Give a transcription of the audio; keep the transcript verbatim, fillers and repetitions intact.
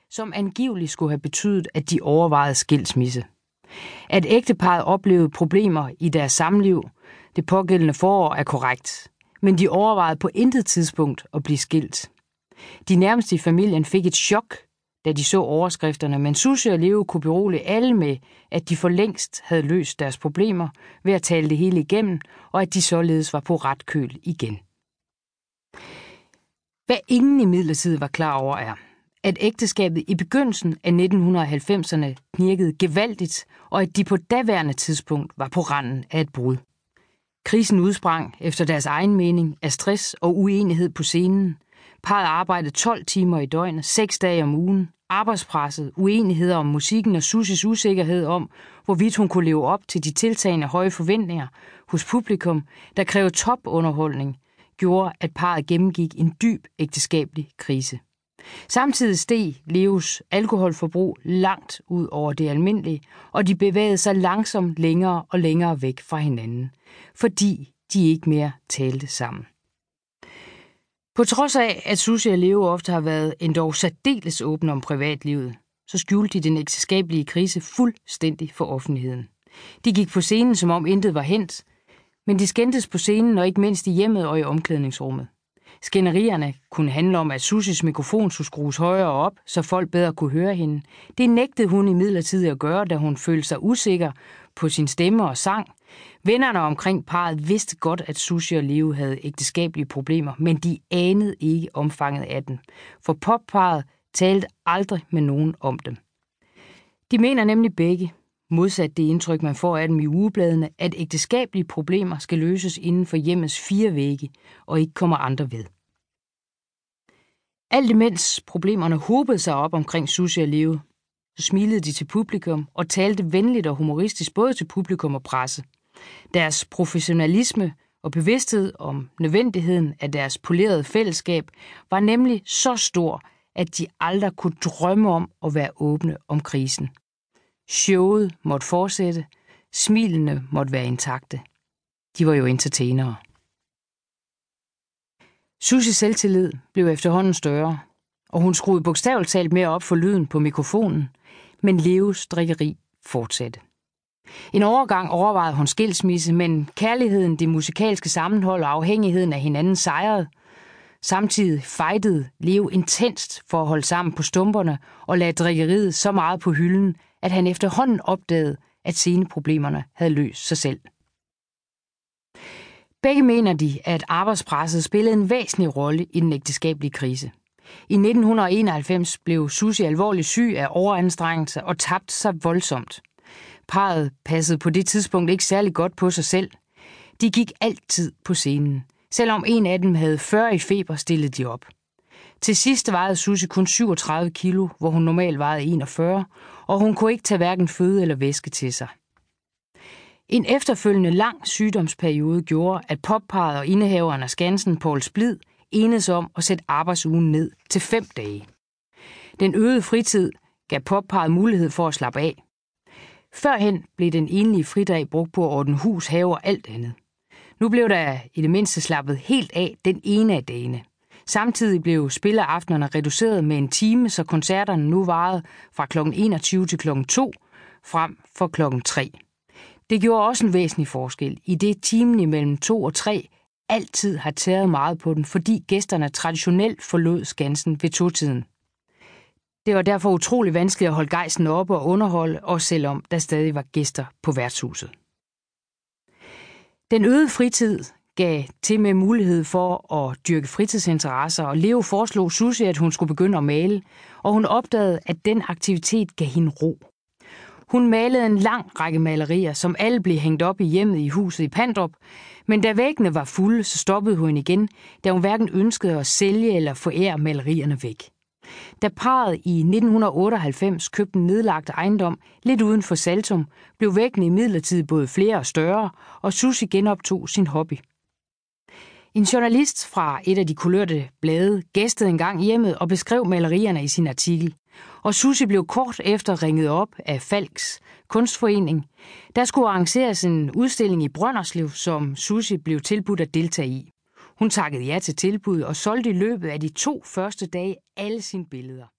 som angiveligt skulle have betydet, at de overvejede skilsmisse. At ægteparret oplevede problemer i deres samliv det pågældende forår er korrekt, men de overvejede på intet tidspunkt at blive skilt. De nærmeste i familien fik et chok, da de så overskrifterne, men Sussi og Leo kunne berolige alle med, at de for længst havde løst deres problemer ved at tale det hele igennem, og at de således var på ret køl igen. Hvad ingen imidlertid var klar over er, at ægteskabet i begyndelsen af nitten halvfemserne knirkede gevaldigt, og at de på daværende tidspunkt var på randen af et brud. Krisen udsprang efter deres egen mening af stress og uenighed på scenen. Parret arbejdede tolv timer i døgnet, seks dage om ugen. Arbejdspresset, uenigheder om musikken og Sussis usikkerhed om, hvorvidt hun kunne leve op til de tiltagende høje forventninger hos publikum, der krævede topunderholdning, gjorde, at parret gennemgik en dyb ægteskabelig krise. Samtidig steg Leos alkoholforbrug langt ud over det almindelige, og de bevægede sig langsomt længere og længere væk fra hinanden, fordi de ikke mere talte sammen. På trods af, at Sussi og Leo ofte har været endog særdeles åbne om privatlivet, så skjulte de den ægteskabelige krise fuldstændig for offentligheden. De gik på scenen, som om intet var hændt, men de skændtes på scenen og ikke mindst i hjemmet og i omklædningsrummet. Skænderierne kunne handle om, at Sussis mikrofon skulle skrues højere op, så folk bedre kunne høre hende. Det nægtede hun imidlertid at gøre, da hun følte sig usikker på sin stemme og sang. Vennerne omkring parret vidste godt, at Sussi og Leo havde ægteskabelige problemer, men de anede ikke omfanget af dem, for popparret talte aldrig med nogen om dem. De mener nemlig begge, modsat det indtryk, man får af dem i ugebladene, at ægteskabelige problemer skal løses inden for hjemmets fire vægge og ikke kommer andre ved. Alt imens problemerne hobede sig op omkring Sussi og Leo, så smilede de til publikum og talte venligt og humoristisk både til publikum og presse. Deres professionalisme og bevidsthed om nødvendigheden af deres polerede fællesskab var nemlig så stor, at de aldrig kunne drømme om at være åbne om krisen. Showet måtte fortsætte, smilene måtte være intakte. De var jo entertainere. Sussis selvtillid blev efterhånden større, og hun skruede bogstaveligt talt mere op for lyden på mikrofonen, men Leos drikkeri fortsatte. En overgang overvejede hun skilsmisse, men kærligheden, det musikalske sammenhold og afhængigheden af hinanden sejrede. Samtidig fejtede Leo intenst for at holde sammen på stumperne og lade drikkeriet så meget på hylden, at han efterhånden opdagede, at sceneproblemerne havde løst sig selv. Begge mener de, at arbejdspresset spillede en væsentlig rolle i den ægteskabelige krise. I nitten enoghalvfems blev Sussi alvorligt syg af overanstrengelse og tabte sig voldsomt. Parret passede på det tidspunkt ikke særlig godt på sig selv. De gik altid på scenen. Selvom en af dem havde fyrre i feber, stillede de op. Til sidst vejede Sussi kun syvogtredive kilo, hvor hun normalt vejede enogfyrre, og hun kunne ikke tage hverken føde eller væske til sig. En efterfølgende lang sygdomsperiode gjorde, at popparret og indehaveren af Skansen, Poul Splid, enedes om at sætte arbejdsugen ned til fem dage. Den øgede fritid gav popparret mulighed for at slappe af. Førhen blev den enlige fridag brugt på at ordne hus, have og alt andet. Nu blev der i det mindste slappet helt af den ene af dagene. Samtidig blev spilleaftenerne reduceret med en time, så koncerterne nu varede fra klokken enogtyve til klokken to frem for klokken tre. Det gjorde også en væsentlig forskel, i det timen imellem to og tre altid har tæret meget på den, fordi gæsterne traditionelt forlod Skansen ved totiden. Det var derfor utrolig vanskeligt at holde gejsten oppe og underholde, også selvom der stadig var gæster på værtshuset. Den øgede fritid gav til med mulighed for at dyrke fritidsinteresser, og Leo foreslog Sussi, at hun skulle begynde at male, og hun opdagede, at den aktivitet gav hende ro. Hun malede en lang række malerier, som alle blev hængt op i hjemmet i huset i Pandrup, men da væggene var fulde, så stoppede hun igen, da hun hverken ønskede at sælge eller forære malerierne væk. Da parret i nitten otteoghalvfems købte en nedlagt ejendom lidt uden for Saltum, blev væggene imidlertid både flere og større, og Sussi genoptog sin hobby. En journalist fra et af de kulørte blade gæstede engang hjemmet og beskrev malerierne i sin artikel, og Sussi blev kort efter ringet op af Falks Kunstforening. Der skulle arrangeres en udstilling i Brønderslev, som Sussi blev tilbudt at deltage i. Hun takkede ja til tilbuddet og solgte i løbet af de to første dage alle sine billeder.